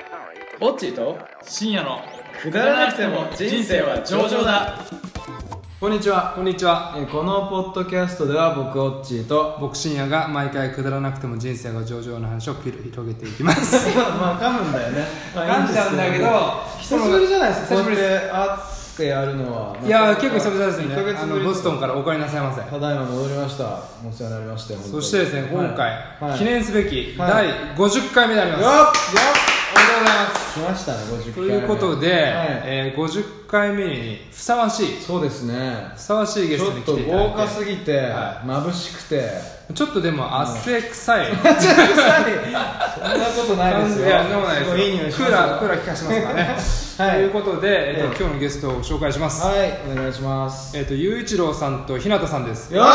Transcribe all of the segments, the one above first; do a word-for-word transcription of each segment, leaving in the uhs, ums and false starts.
オッチーと深夜のくだらなくても人生は上々だ。 こんにちは。 こんにちは。 えーこのポッドキャストでは僕オッチーと僕深夜が毎回くだらなくても人生が上々の話を広げていきますまあ噛むんだよね。 噛んじゃうんだけど久しぶりじゃないですか。 久しぶりです。 こうやって会ってやるのは。 いやー結構久々ですね。 いっかげつあぶりのボストンからお帰りなさいませ。 ただいま戻りました。お世話になりまして。本当にそしてですね、今回、 はい記念すべきはいだいごじゅっかいめであります。 よっよっおめでとうございます来ましたね、ごじゅっかといめ。 いうことで、 はいえー、ごじゅっかいめにふさわしいそうですね。 ふさわしいゲストにちょっと来ていただいて、 豪華すぎて、 は眩しくてちょっとでも汗臭いそんなことないですよ。 いやでもないですよ。 ごいいい匂いしますよ。 クーラークーラー効かしますからねはいということで、えっとええ今日のゲストを紹介します。 はい、お願いします。 えっとゆういちろうさんとひなたさんです。 よーし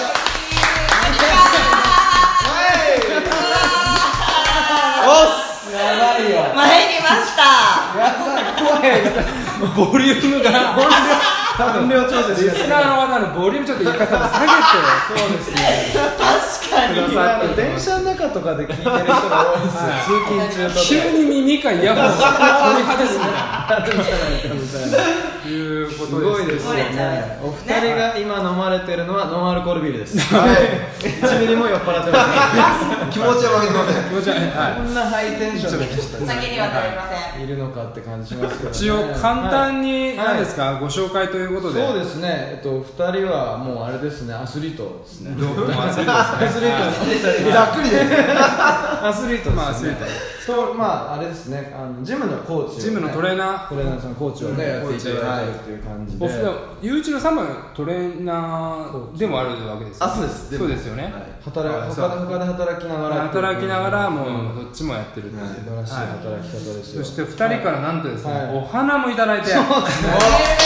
おっやばいよ。 参りました。 やばい、声がボリュームが音量調整リスナーの方のボリュームちょっと言い方を下げてそうですね。 確かに。 くださってる電車の中とかで聞いてる人が多いですよ。通勤中とか。 急に耳かイヤホンを取り外すみたいなあるんじゃないかみたいな。 いうことです。 すごいですよ漏れちゃね。お二人が今飲まれてるのはノンアルコールビールです。はい。いちミリも酔っ払ってません。 気持ちは負けてません。 気持ち悪い。はこんなハイテンションでお酒にはなりません。 いるのかって感じしますけどね。 い。一応簡単にはい何ですか、ご紹介ということで。 そうですね。えっと二人はもうあれですね。アスリートですね。 どうもアスリートですね。 アスリートざっくりで。 アスリートですね。 まあアスリートとまああれですね。あのジムのコーチをね、 ジムのトレーナートレーナーさんコーチをね、やっていただいてるっていう感じで。 おふたゆういちろうさんもトレーナーでもあるわけですよね。 あ、そうです。 そうですよね。 働はい他で他で働きながら働きながらもうんうどっちもやってるっていう。 素晴らしいはい働き方ですよ。 そしてふたりからなんとですね、 はいお花もいただいて、 ありがとうございます。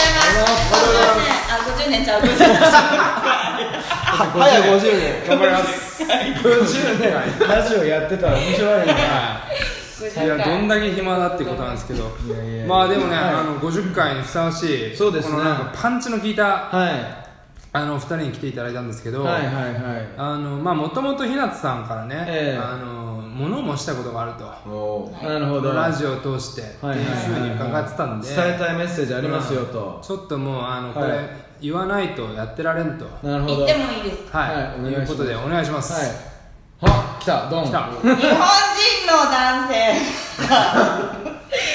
あ、ごじゅうねんちゃう。ごじゅうねん。 早ごじゅうねん。 頑張ります。 ごじゅうねんラジオやってたら面白いね。 いやどんだけ暇だってことなんですけど、 いやいやいやまあでもね、 はいあのごじゅっかいにふさわしい、 そうですねこのなんかパンチの効いたはいあのふたりに来ていただいたんですけど、 はいはいはい。 あのまあもともとひなつさんからね、 ええあの物申したことがあると、 おーなるほど。 ラジオを通してっていうふうに伺ってたんで、 伝えたいメッセージありますよと。 ちょっともうあのこはいれ言わないとやってられんと、 なるほど。 言ってもいいですか。 はい、 はいお願いしますいうことでお願いします。 はい。は来たドン。 来た。 日本人の男性がテストステロンが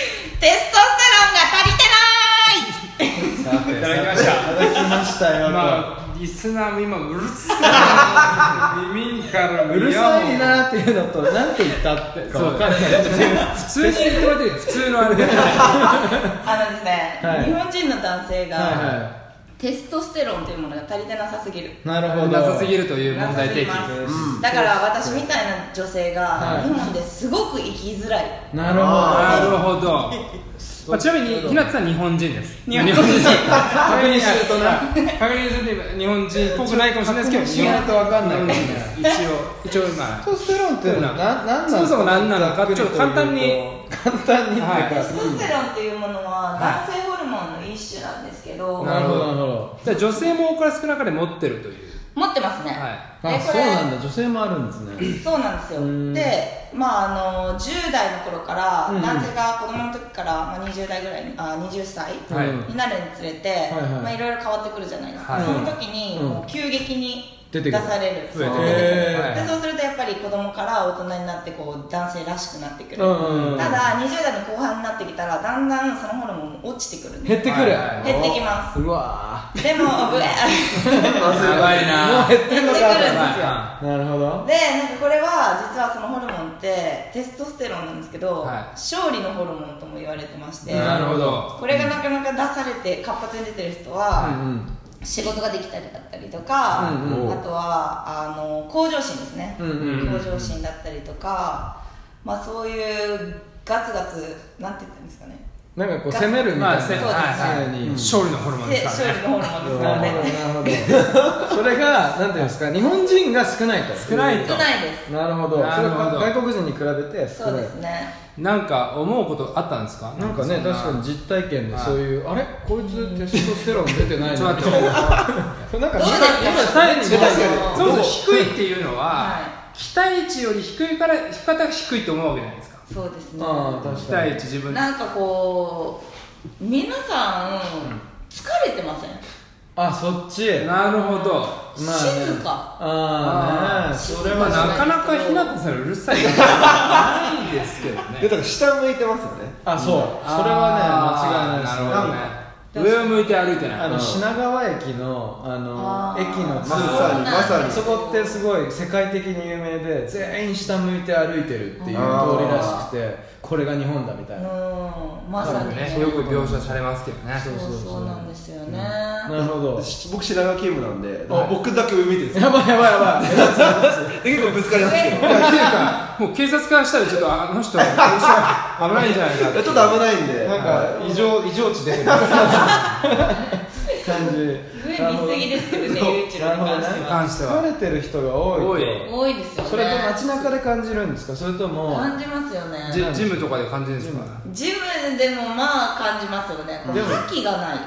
足りてない。 さていただきましたいただきましたよと。 まあリスナーも今うるさい耳からうるさいなっていうのと、なんて言ったってか分かんない。 普通に言ってもらってる普通のあれであのですね、 はい日本人の男性が、 はいはテストステロンというものが足りてなさすぎる。 い。なるほど。 なさすぎるという問題提起なさすぎますうんだから私みたいな女性がはい日本ですごく生きづらい。 なるほど。 なるほど、まあ、ちなみにひなつさん日本人です。 日本人確確認するとな。 確認すると日本人っぽくないかもしれないですけど、 しないと分かんない日本人です一応一応まあテストステロンってななんなんそもそも何なのかちょっと簡単に簡単にっていうか、 はいテストステロンっていうものは男性ホルモンの一種なんですけど、 なるほどなるほど。 じゃあ女性も多かれ少なかれ持ってるという。 持ってますね、 はいあ、そうでこれなんだ。女性もあるんですね。 そうなんですようんで、まあ、あのじゅう代の頃から、 うんうん男性が子供の時から、まあ、にじゅう代ぐらいにあはたちはいになるにつれて、 はいはいまあ、いろいろ変わってくるじゃないですか、 はいその時に、 うんもう急激に出出てくるされる増えてくるそう出てくるへーでそうするとやっぱり子供から大人になってこう男性らしくなってくる、 うんうんうんただにじゅう代の後半になってきたらだんだんそのホルモンも落ちてくるんです減ってくる。 はいはい減ってきますうわでもぶえやばいー。もなう減ってんのか。 減ってくるんですよはなるほど。 でなんかこれは実はそのホルモンってテストステロンなんですけど、 はい勝利のホルモンとも言われてまして、 いなるほど。 これがなかなか出されて活発に出てる人は、 うんうん仕事ができたりだったりとか、 うんうんあとはあの向上心ですね、 うんうん向上心だったりとか、まあ、そういうガツガツなんて言ったんですかねなんかこう攻めるみたいな。 まあせそうですはいはい常に勝利のホルモンでですからね。 勝利のホルモンですからなるほどねなるほど。それがなんていうんですか、日本人が少ないと。 少ないと少ないですなるほど。 なるほどそれは外国人に比べて少ないそうで。すねなんか思うことあったんですか？ なんかね、確かに実体験ではいそういう、あれこいつテストステロン出てないのちょっと待ってみたいなそうなんかどうですか今単に出たけどそうそう低いっていうのは、 は期待値より低いから低かったら低いと思うわけじゃないですか。 そうですね。 ああ確かに期待値自分なんかこう皆さん疲れてません？ あそっちなるほど、 まあね静か。 ああねそれはまあ、なかなか日向さんうるさいことないですけどねでだから下向いてますよね。 あそうそれはね間違いないですねなるほどね。上を向いて歩いてない。 あの品川駅のあのあー駅のまさにまさにそこってすごい世界的に有名で全員下向いて歩いてるっていう通りらしくてこれが日本だみたいなうんまさにね、よく描写されますけどね。 そうそうなんですよね。 なるほどし僕品川勤務なんで、僕だけ上見てるんですよ。 やばいやばいやばいで結構ぶつかりますけど。 いやっていうかもう警察からしたらちょっとあの人危ないんじゃないかってちょっと危ないんで。 なんか異常異常値出てる感じ上見すぎですけどね、ゆういちろうに関しては。 関しては疲れてる人が多いと多い多いですよね。 それと街中で感じるんですかそれとも感じますよね。 ジジムとかで感じるんですか。 ジムでもまあ感じますよね。こうでも覇気がない。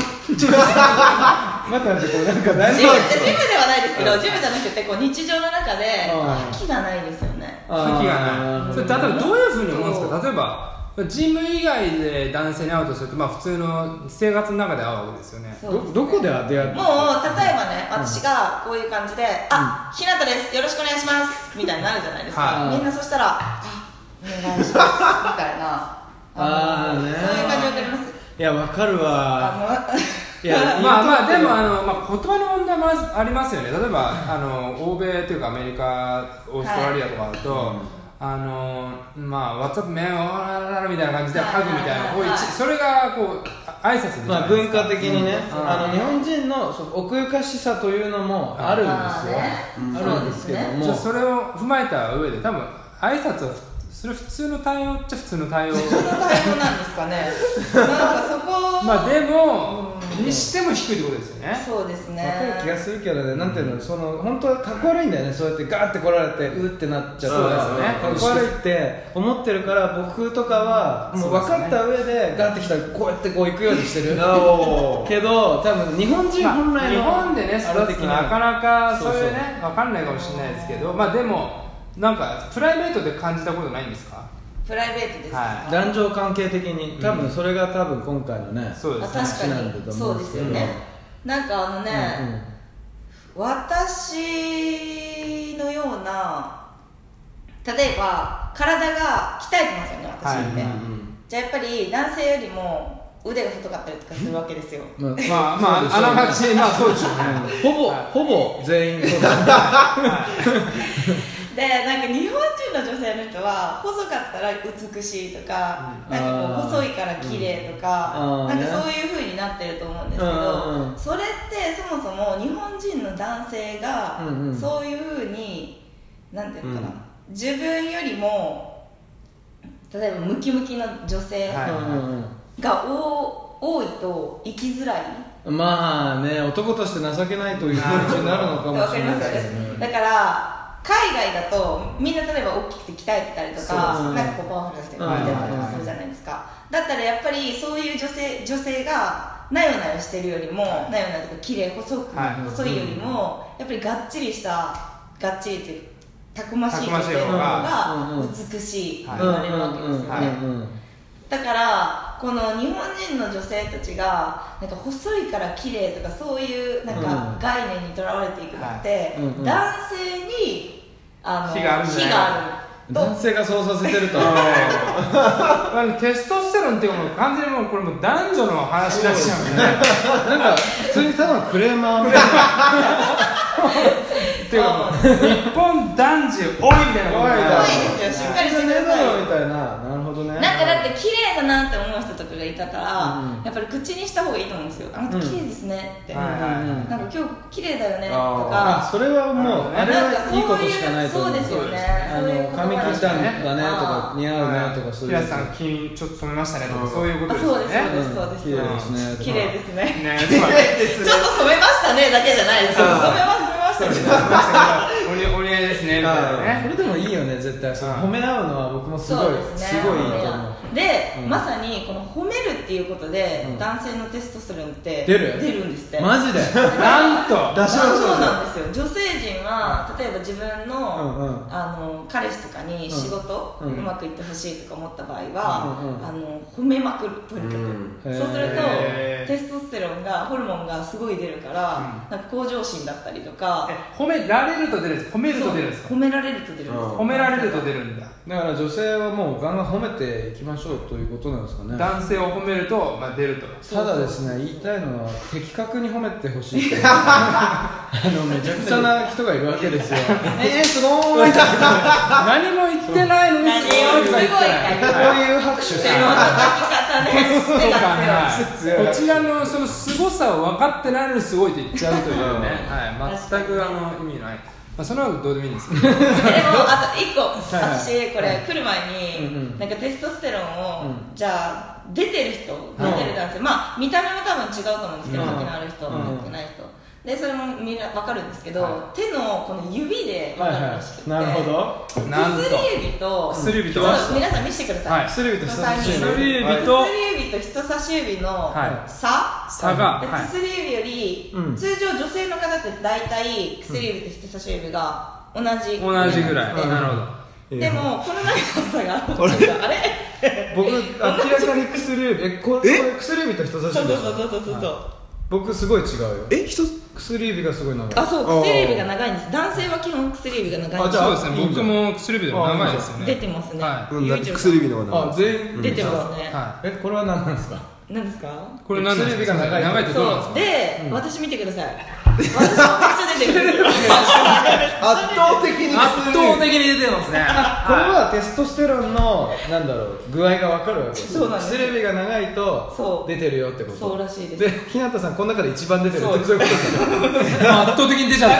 またってこうなんか大ジム丈ジムではないですけど、ジムじゃなくてこう日常の中でうん覇気がないですよね。 覇気がない。それ例えばどういうふうに思うんですか。例えばジム以外で男性に会うとすると、まあ普通の生活の中で会うわけですよね。 そうですねどどこで出会ってもう例えばね、私がこういう感じで「あ、ひなたですよろしくお願いします」みたいになるじゃないですか、 はいみんなそしたら「あ、お願いします」みたいなあーねそういう感じわかります。 いやわかるわあいやまあまあでもあのの、まあ、言葉の問題もありますよね。例えばあの欧米というかアメリカ、オーストラリアとかだと、あのまあ What's up man みたいな感じでハグみたいな、こういうそれがこう挨拶でじゃまあないですか。 文化的にね、 うんあの日本人のそう奥ゆかしさというのもあるんですよ、 まあねあるんですけども、 じゃあそれを踏まえた上で多分挨拶をする普通の対応っちゃ普通の対応その対応なんですかね。なんかそこまあでも、 うんにしても低いってことですよね。 そうですね。 わかる気がするけどね、なんていうの、その本当はかっこ悪いんだよね、そうやってガーって来られてうってなっちゃうそうですねかっこ悪いって思ってるから、僕とかはもう分かった上でガーって来たらこうやってこう行くようにしてるけど、多分日本人本来の、 まあ、日本でね育つとなかなかそういうねそう分かんないかもしれないですけど、まあでもなんかプライベートで感じたことないんですか。 プライベートですか、 は男女関係的に多分それが多分今回のね、 そうですね。 あ確かなんだとにそうですよ思うんですけどね。なんかあのね、 うん私のような例えば体が鍛えてますよね、私って、 はいじゃあやっぱり男性よりも腕が太かったりとかするわけですよ。 うんままあまああながちまあそうでしょうね。 ほぼ、 はいほぼ全員そうだでなんか日本人の女性の人は細かったら美しいとか、 うんなんかこうあー細いから綺麗とか、 うんなんかあーねそういう風になってると思うんですけど、 うんうんそれってそもそも日本人の男性がうんうんそういう風になんていうのかな、自分よりも例えばムキムキの女性はいうんが多多いと生きづらい。 うんまあね、男として情けないという気持ちになるのかもわしれないかりますよですね。 ね。だから海外だとみんな例えば大きくて鍛えてたりとか、 そうなんかこうパワフルな人が見てたりとかするじゃないですか。だったらやっぱりそういう女性女性がなよなよしてるよりも、なよなよとか綺麗細く、 はい細いよりもやっぱりがっちりしたがっちりっていうたくましい女性の方うんがうん美しいとはい言われるわけですよね。 うんうんうんだからこの日本人の女性たちがなんか細いから綺麗とかそういうなんかうん概念にとらわれていくのって、 はいうんうん男性にあの火があるんじゃない火があると男性がそうさせてるとあのテストステロンっていうのも完全にもうこれもう男女の話になっちゃうんでね。 なんか普通にただのクレーマーみたいなっていうかもう日本男児多いみたいなことになる多いですよしっかりしてくださいよみたいな。なるほどね。 なんかだって綺麗だなって思う人とかがいたから、 うんうんやっぱり口にした方がいいと思うんですよ。あなた綺麗ですねって、 はいはいはいなんか今日綺麗だよねとあ、 か、 それはもうあれなんかはいいことしかないと思う。 そうですよね。 あそういうのことが髪切ったんだねとか似合うねとかそういう。 平瀬さん君ちょっと染めましたねとかそういうことあですよね。 そうですそうです綺麗ですね。 綺麗ですね。 ねつまりちょっと染めましたねだけじゃないですよ。染めます染めましたけど。 お似お似合いいですねみたいなね。 それでもいいよね絶対。その褒め合うのは僕もすごいすごいいいと思う。 で、まさにこの褒めるっていうことで男性のテストステロンって出る出るんですって。 マジでなんと出しましょう。 そうなんですよ。女性陣は例えば自分のあの彼氏とかに仕事うまくいってほしいとか思った場合はあの褒めまくるとにかく。そうするとテストステロンがホルモンがすごい出るからなんか向上心だったりとか。 褒められると出るんですか？褒めると出るんですか？ 褒められると出るんです。 褒められると出るんだ。 だから女性はもうガンガン褒めていきましょうということなんですかね。 男性を褒めると、まあ、出ると。 ただですね、言いたいのは的確に褒めてほしいあのめちゃくちゃな人がいるわけですよえー、すごーい何も言ってないのにすごいとか言ってないこういう拍手してるこちらのその凄さを分かってないのにすごいと言っちゃうというね、はい、全くあの意味ない。まあ、そのはどうでもいいんですけどでもあといっこ私これ来る前になんかテストステロンをじゃあ出てる人出てる男性まあ見た目も多分違うと思うんですけど吐きのある人吐きない人でそれもみんな分かるんですけど手のこの指で分かるらしくてなるほど薬指と薬指と皆さん見せてください薬指と人差し指薬指と薬指と人差し指の差差が薬指より通常女性の方って大体薬指と人差し指が同じ同じぐらいなるほど。 でもこの長さがあれ僕明らかに薬指えこれ薬指と人差し指そうそうそうそうそう僕すごい違うよ。 え人薬指がすごい長い。 あそう薬指が長いんです。男性は基本薬指が長いんです。 あじゃあそうですね。僕も薬指でも長いですよね。 出てますね。 はい。だって薬指の方が長い。 あ全員出てますね。 えこれは何なんですか？ 何ですか？ これ何ですか？ 薬指が長い。 長いってどうなんですか？ で私見てください。私もめっちゃ出てるんですよ。 圧倒的に圧倒的に出てますね。 これはテストステロンのなんだろう具合が分かるわけです。 そうなんです。 薬指が長いと出てるよってこと。 そうらしいです。 で日向さんこの中で一番出てるってそういうことですね。圧倒的に出ちゃった。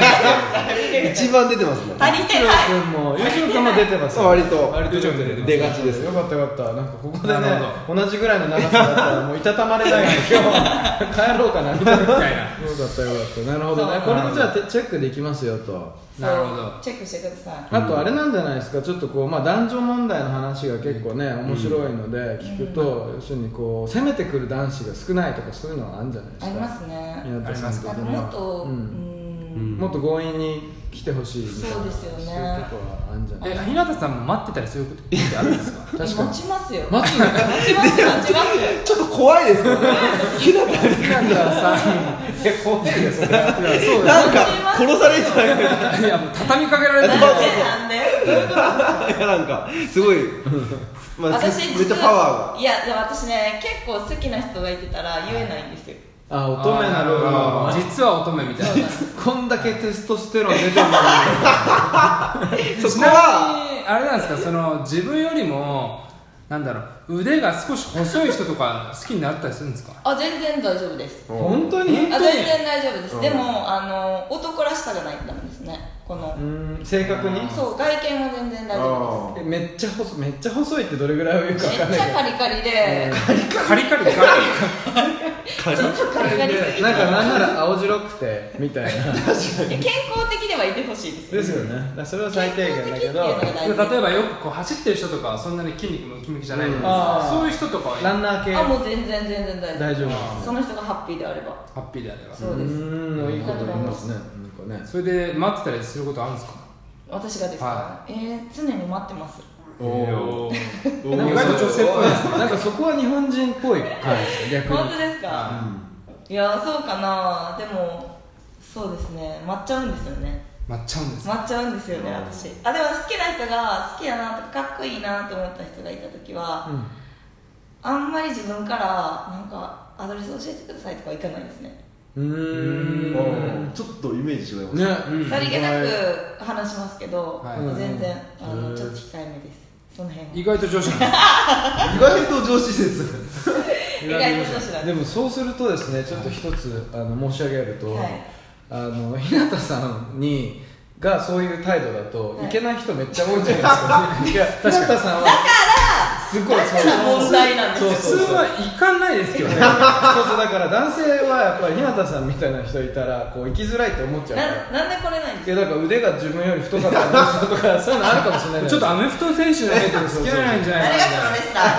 一番出てますね。 足りてない。 もうゆうちょうくんも出てます。 割と割と出てる。 出がちです。 よかったよかった。なんかここでね同じぐらいの長さだったらもういたたまれないので今日帰ろうかなみたいな。よかったよかった。なるほどね。これもじゃあチェックできますよと。 なるほど。 チェックしてください。 あとあれなんじゃないですか。ちょっとこうまあ男女問題の話が結構ね面白いので聞くと要するにこう攻めてくる男子が少ないとかそういうのはあるんじゃないですか。 ありますね。 宮田さんとかもっともっと強引に来てほしいみたいな。 そうですよね。 そういうとこはあるんじゃない。 え日向さんも待ってたりそういうことってあるんですか？ 確かに待ちますよ。 待つ待ちます待ちます。 ちょっと怖いですよね。日向日向さんいや怖いよそれは。 そうなんか殺されるんじゃないか。 いやもう畳みかけられてる。 なんでなんで？ いやなんかすごい。まあ、 私めっちゃパワーが。 いやでも私ね結構好きな人がいてたら言えないんですよ。 あ乙女な部分は実は乙女みたいな。 こんだけテストステロン出てるのにそこはちなみにあれなんですかその自分よりもなんだろう腕が少し細い人とか好きになったりするんですか？ あ全然大丈夫です。 本当に？ あ全然大丈夫です。でもあの男らしさがないとダメですね。このうん正確にそう外見は全然大丈夫です。 めっちゃ細めっちゃ細いってどれぐらいを言うか分かんないけどめっちゃカリカリでカリカリカリカリちょっとカリカリすぎてなんかなんなら青白くてみたいな健康的ではいてほしいですですよね。だからそれは最低限だけど例えばよくこう走ってる人とかはそんなに筋肉ムキムキじゃないじゃないですか。そういう人とかはランナー系あもう全然全然大丈夫大丈夫です。 その人がハッピーであればハッピーであればそうです。 うんいいこと言いますね。なんかねそれで待ってたりすることあるんですか？ 私がですか、はい、えー、常に待ってます。 おお意外と女性っぽいですね。 なんかそこは日本人っぽい感じです逆に。 本当ですか、うん、いやそうかな。でもそうですね待っちゃうんですよね。 待っちゃうんです待っちゃうんですよね私。あでも好きな人が好きだなとかかっこいいなと思った人がいた時は、うん、あんまり自分からなんかアドレス教えてくださいとかはいかないですね。 うーんちょっとイメージ違いますね。 さりげなく話しますけど、はい、全然あのちょっと控えめです。その辺意外と上司なんです意外と上司説意外と上司なんです。 でもそうするとですねちょっと一つあの申し上げると、はい、あの日向さんにがそういう態度だと、はい、いけない人めっちゃ多いじゃないですか。いや日向さんはだからすごいそう問題なんですよ。 普通は行かないですけどね。 そうそう、だから男性はやっぱり日向さんみたいな人いたらこう行きづらいって思っちゃうから。 な, なんで来れないんですか。 いやだから腕が自分より太かったりするとかそういうのあるかもしれない。 ちょっとアメフト選手の目と付き合えないんじゃないかな。 誰がプロレスラ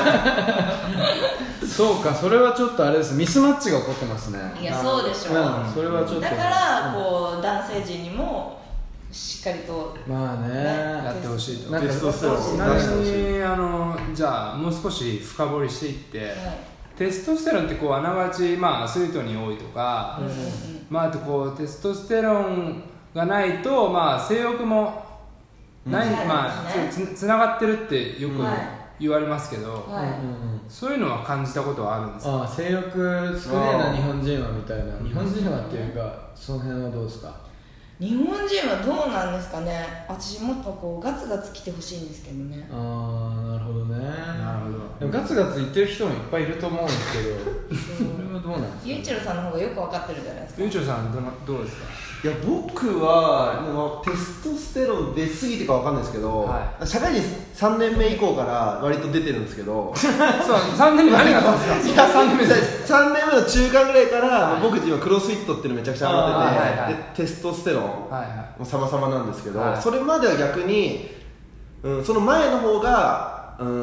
ー。 そうか、それはちょっとあれです、ミスマッチが起こってますね。 いやそうでしょう、 うん、それはちょっとだからこう男性陣にもしっかりとまあねやってほしいと。 なんかテストステロンちなみにあのじゃあもう少し深掘りしていって、はい、テストステロンってこうあながち、まあ、アスリートに多いとか、うんうんうん、まあ、あとこうテストステロンがないと、まあ、性欲もない、うん、まあ、つ, つながってるってよく言われますけど、はい、そういうのは感じたことはあるんですか。 ああ、性欲少ねえな日本人はみたいな。日本人はっていうかその辺はどうですか。 日本人はどうなんですかね。私もっとこうガツガツ来てほしいんですけどね。 ああ、なるほどね。 なるほど。 でもガツガツ言ってる人もいっぱいいると思うんですけどそれはどうなんですか。 ゆういちろうさんの方がよく分かってるじゃないですか。 ゆういちろうさんどのどうですか。 いや僕はもうテストステロン出過ぎてかわかんないですけど、はい、社会人さんねんめ以降から割と出てるんですけどそうさんねんめ何があったんですか。さんねんめさんねんめの中間ぐらいから、はい、僕自分はクロスフィットっていうのめちゃくちゃハマってて、 はいはい、 でテストステロンも様々なんですけど、 はい、 それまでは逆に、うん、その前の方が、うん、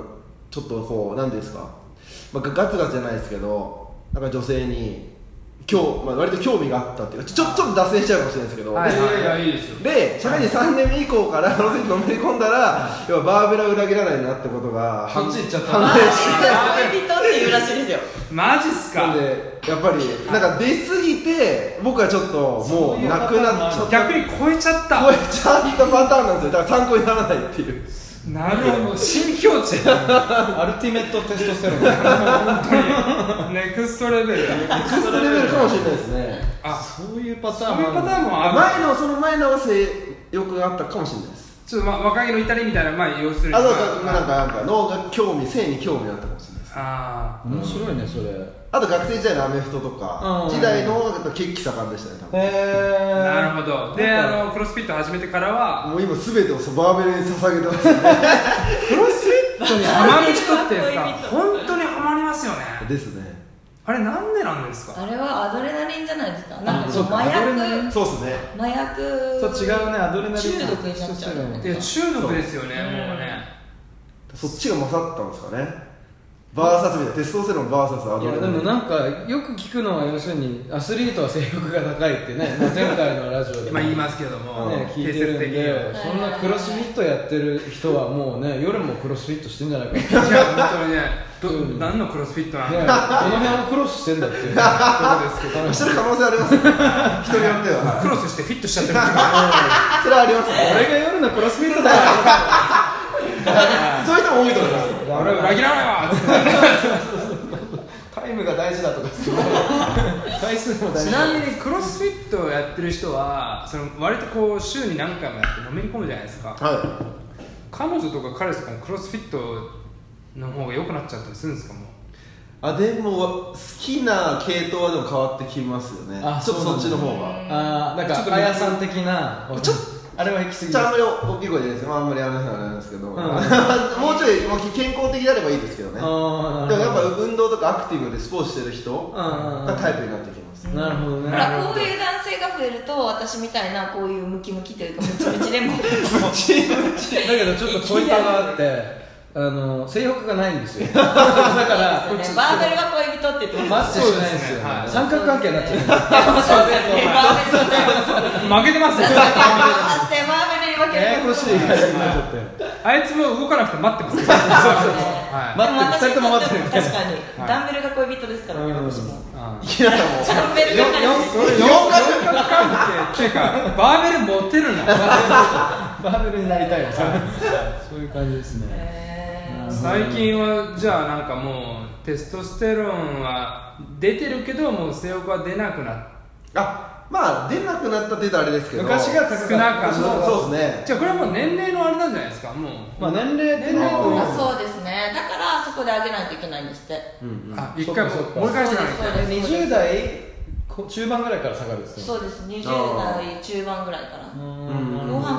ちょっとこう何ですか、まあ、ガツガツじゃないですけどなんか女性に今日、まあ、割と興味があったっていうかちょっと脱線しちゃうかもしれないですけど、 はいはいはい、いいですよ。 で社会人さんねんめ以降からクロスフィットのめり込んだら要はバーベルは裏切らないなってことがそっち行っちゃった。 バーベルは恋人っていうらしいですよ。 マジっすか。 なんでやっぱりなんか出過ぎて僕はちょっともうなくなっちゃった、 逆に超えちゃった超えちゃったパターンなんですよ。だから参考にならないっていう。 なるほど、新境地アルティメットテストステロン本当にネクストレベルネクストレベルかもしれないですね。 あ、そういうパターンそういうパターンもある。 前のその前のは性欲があったかもしれないです。 ちょっと、ま、若気の至りみたいな、まあ、要するにあ、そうそう、なんかなんか脳が興味性に興味があったかもしれないです。 ああ、面白いねそれ。 あと学生時代のアメフトとか時代の方が血気盛んでしたね多分。 へえ。 なるほど。で、あのクロスフィット始めてからはもう今すべてをバーベルに捧げてますよねクロスフィットにハマる人ってさ本当にハマりますよね。 ですね。 あれなんでなんですか。 あれはアドレナリンじゃないですか。なんか麻薬、 そうですね。 麻薬と違うね、アドレナリン中毒になっちゃう。 いや中毒ですよね、もうね。 そっちが勝ったんですかね。バーサスみたいなテストステロンバーサスアドレナリン。 いやでもなんかよく聞くのは要するにアスリートは性欲が高いってね、前回のラジオでまあ言いますけども、 ね、聞いてるんで、そんなクロスフィットやってる人はもうね夜もクロスフィットしてんじゃないかって。いや本当にね、ど、うん、何のクロスフィットなんだ、ね、 この辺をクロスしてんだっていう、ね、そうですけどしてる可能性ありますね人によってはクロスしてフィットしちゃってるそれはありますね。 俺が夜のクロスフィットだよそういう人も多いと思います。 俺裏切らないわタイムが大事だとか回数も大事。 ちなみにクロスフィットをやってる人はその割とこう週に何回もやってのめり込むじゃないですか、 はい、 彼女とか彼氏とかもクロスフィットの方が良くなっちゃったりするんですか。もうあでも好きな系統はでも変わってきますよね。 あちょっとそっちの方があなんかあやさん的なちょっとあれは行き過ぎです。 あんまり大きい声じゃないですよ。あんまりあの人はなんですけど、うん、もうちょい健康的であればいいですけどね。でもやっぱ運動とかアクティブでスポーツしてる人がタイプになってきます。 なるほどね。 ほらこういう男性が増えると私みたいなこういうムキムキというかムチムチでもムチムチだけどちょっとポイントがあってあの性欲がないんですよだからね、バーベルが恋人って言ってマッチしないんですよ、はい、三角関係になっちゃう負けてますよバーベルに負けてややこしい感じになっちゃってあいつも動かなくて待ってますよはい、待ってふたりとも待ってるみたいな。 確かに、はい、ダンベルが恋人ですからね、私も。 いやもうダンベルが四角関係っていうかバーベル持ってるのバーベルになりたいよそういう感じですね。 最近はじゃあなんかもうテストステロンは出てるけどもう性欲は出なくなっあまあ出なくなったって言うとあれですけど昔が少なかった。 そうですね。 じゃあこれはもう年齢のあれなんじゃないですか。もうまあ年齢ってねそうですね。だからそこで上げないといけないんですって、 うんうん、 あ一回盛り返してからにじゅう代中盤ぐらいから下がるんですよ。 そうです。にじゅう代中盤ぐらいから後半ぐらいから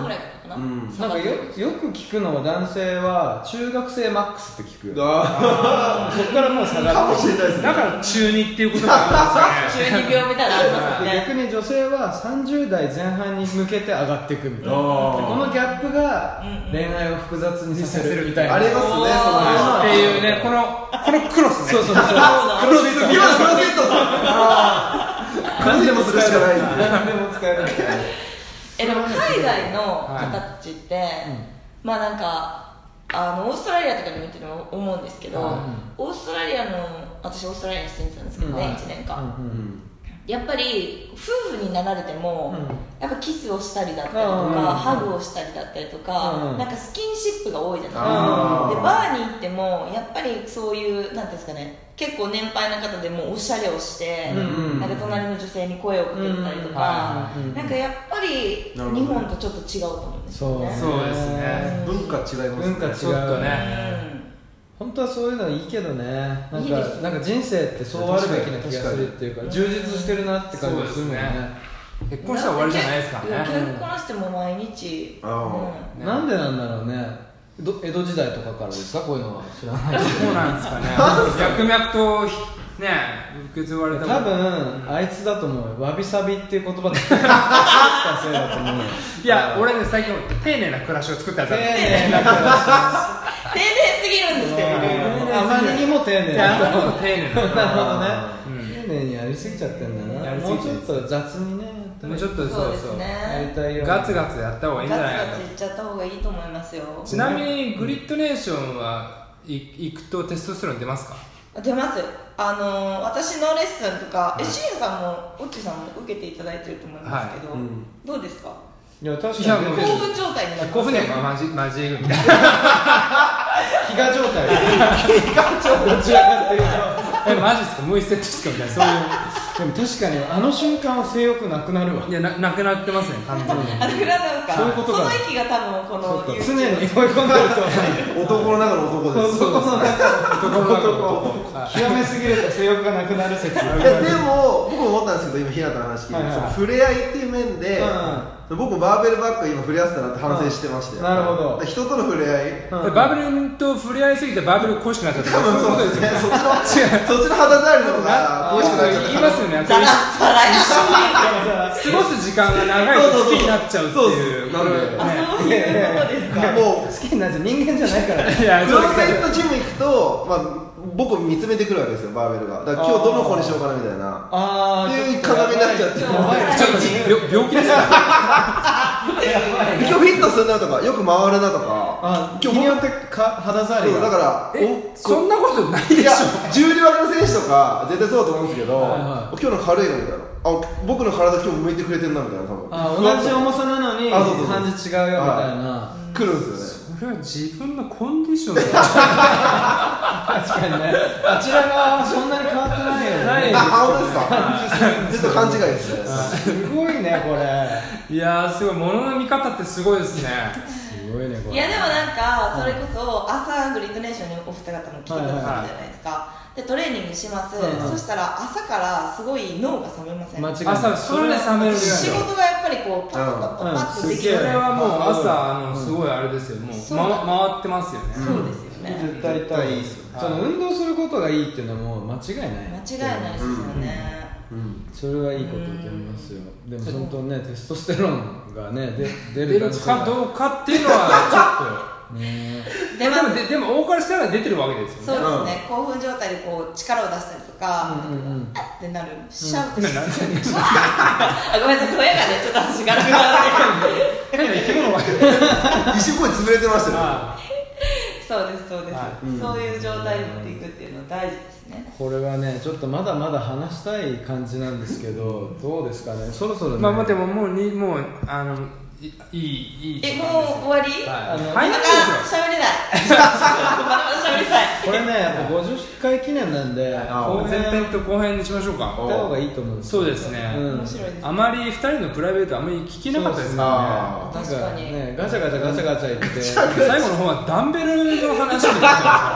な、 うん、 なんかよよく聞くのは男性は中学生マックスって聞くよ。 あそこからもう下がってかもしれないですね。 だから中二っていうことがあるんですよね。 中二病みたいなのありますよね。 逆に女性はさんじゅう代前半に向けて上がっていくみたいな、であーこのギャップが恋愛を複雑にさせるみたいな、 ありますね、そのっていうね、このこのクロスね。 そうそうそう、 クロスセット、今のクロスセット何でもするしかない。 何でも使えるみたいな。 えでも海外の方たちって、はい、まあなんかあのオーストラリアとかにも行ってると思うんですけど、うん、オーストラリアの私オーストラリアに住んでたんですけどね、うん、いちねんかん、うんうん、やっぱり夫婦になられても、うん、やっぱキスをしたりだったりとか、うん、ハグをしたりだったりとか、うん、なんかスキンシップが多いじゃないですか、うん、でバーに行ってもやっぱりそういうなんていうんですかね、結構年配な方でもおしゃれをして、うんうん、なんか隣の女性に声をかけてたりとか、うんうん、なんかやっぱり日本とちょっと違うと思うんですよね。 そうですね、 文化違いますね。 文化違うちょっとね、 うん、本当はそういうのいいけどね、なんか、なんか人生ってそうあるべきな気がするっていうか、充実してるなって感じがするもんね。 結婚したら終わりじゃないですかね。 結婚しても毎日、 うん、なんでなんだろうね。江戸時代とかからですか、こういうのは。知らない。 そうなんですかね。脈々とね受け継がれた。 多分あいつだと思うよ。わびさびっていう言葉で作ったせいだと思う。 いや、俺ね、最近丁寧な暮らしを作ったやつ。 丁寧な暮らし。 丁寧すぎるんですよ。 あまりにも丁寧な。 あまりにも丁寧な。 なるほどね。丁寧にやりすぎちゃってんだな。もうちょっと雑にね。 もうちょっとそうそう、 ね、 ガツガツやった方がいいんじゃないかと。 ガツガツいっちゃった方がいいと思いますよ。 ちなみにグリッドネーションはい行くとテストステロン出ますか？ 出ます。あのー、私のレッスンとか、え、シエさんもオッチさんも受けていただいてると思いますけど、はい、うん、どうですか？ いや、確かに興奮状態になる。 興奮でマジマジみたいな。 飢餓状態。飢餓状態。どちらかっていうと。 え、マジですか？もう一セットですかみたいな、そういう。 でも確かにあの瞬間は性欲なくなるわ。 いや、な、なくなってますね、完全に。 なくなったんですか？ そういうことが。 その息が多分この常に追い込んでると男の中の男です。 男の中の男。極めすぎると性欲がなくなる説。いや、でも僕も思ったんですけど、今ひなたの話聞いて、その触れ合いっていう面で、僕もバーベルばっか今触れ合ってたなって反省してましたよ。 なるほど。 人との触れ合い。 バーベルと触れ合いすぎてバーベル恋しくなっちゃった。 多分そうですね。そっちのそっちの肌触りの方が恋しくなっちゃった。 言いますよね。 ザラザラや。 過ごす時間が長いと好きになっちゃうっていう。 なんで。 あ、そういうことですか。 もう好きになっちゃう人間じゃないから。 いや、クローゼットジム行くと、まあ僕を見つめてくるわけですよ、バーベルが。だから今日どの子にしようかなみたいな。ああ。っていう鏡になっちゃって。ちょっと病気ですか？ 今日フィットするなとか、よく回るなとか。 あ、今日によってか肌触りが。 だから、 え、そんなことないでしょ。 いや、重量挙げの選手とか絶対そうだと思うんですけど、今日の軽いのみたいな。あ、僕の体今日向いてくれてんなみたいな、多分。 あ、同じ重さなのに感じ違うよみたいな。 来るんですよね。 それは自分のコンディションだよ。 確かにね。あちら側はそんなに変わってないよね。ないです。 あ、本当ですか？ずっと勘違いですね。 すごいね、これ。 いやー、すごい。物の見方ってすごいですね。 すごいね、これ。 いや、でもなんか、それこそ、朝グリッドネーションにお二方も来てくださるじゃないですか。で、トレーニングします。そしたら、朝からすごい脳が覚めません？ 朝、それで覚めるぐらい。 仕事がやっぱりこう、パッパッパッパッとできる。 それはもう朝、あの、すごいあれですよ。もう、回ってますよね。 そうですよね。 絶対痛い。その運動することがいいっていうのはもう間違いない。 間違いないですよね。 うん、それはいいことだと思いますよ。でも本当ね、テストステロンがね、で出るかどうかっていうのはちょっとね。でもででも多からしたら出てるわけですよね。 そうですね。興奮状態でこう力を出したりとか、あってなる、シャウトして。あ、ごめんなさい、声がねちょっと私ガラガラで。 変な生き物が一瞬声潰れてましたね。 そうですそうです。そういう状態に持っていくっていうのは大事ですね。 これはね、ちょっとまだまだ話したい感じなんですけど、どうですかね。そろそろね。 まあまあでももうにもうあのいいいいえ、もう終わり？ はい。 なんか喋れない。まだまだ喋りたい。 これね、やっぱごじゅっかい記念なんで、 前編と後編にしましょうか。 行った方がいいと思うんです。 そうですね。 面白いです。 あまり二人のプライベートあまり聞けなかったですからね。確かに。 ね、ガチャガチャガチャガチャ言って、 最後の方はダンベルの話になってましたからね。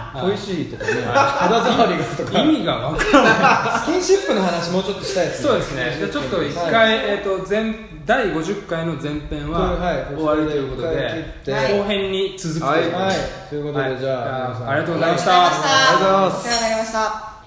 恋しいとかね肌触りがとか意味がわからないスキンシップの話もうちょっとしたいですね。 そうですね。じゃあちょっと一回、はい、えーと前だいごじゅっかいの前編は終わりということで、はい、後編に続くということで、 はいはい、ということで、はい、じゃあ、 ありがとうございました。 ありがとうございます。お世話になりました。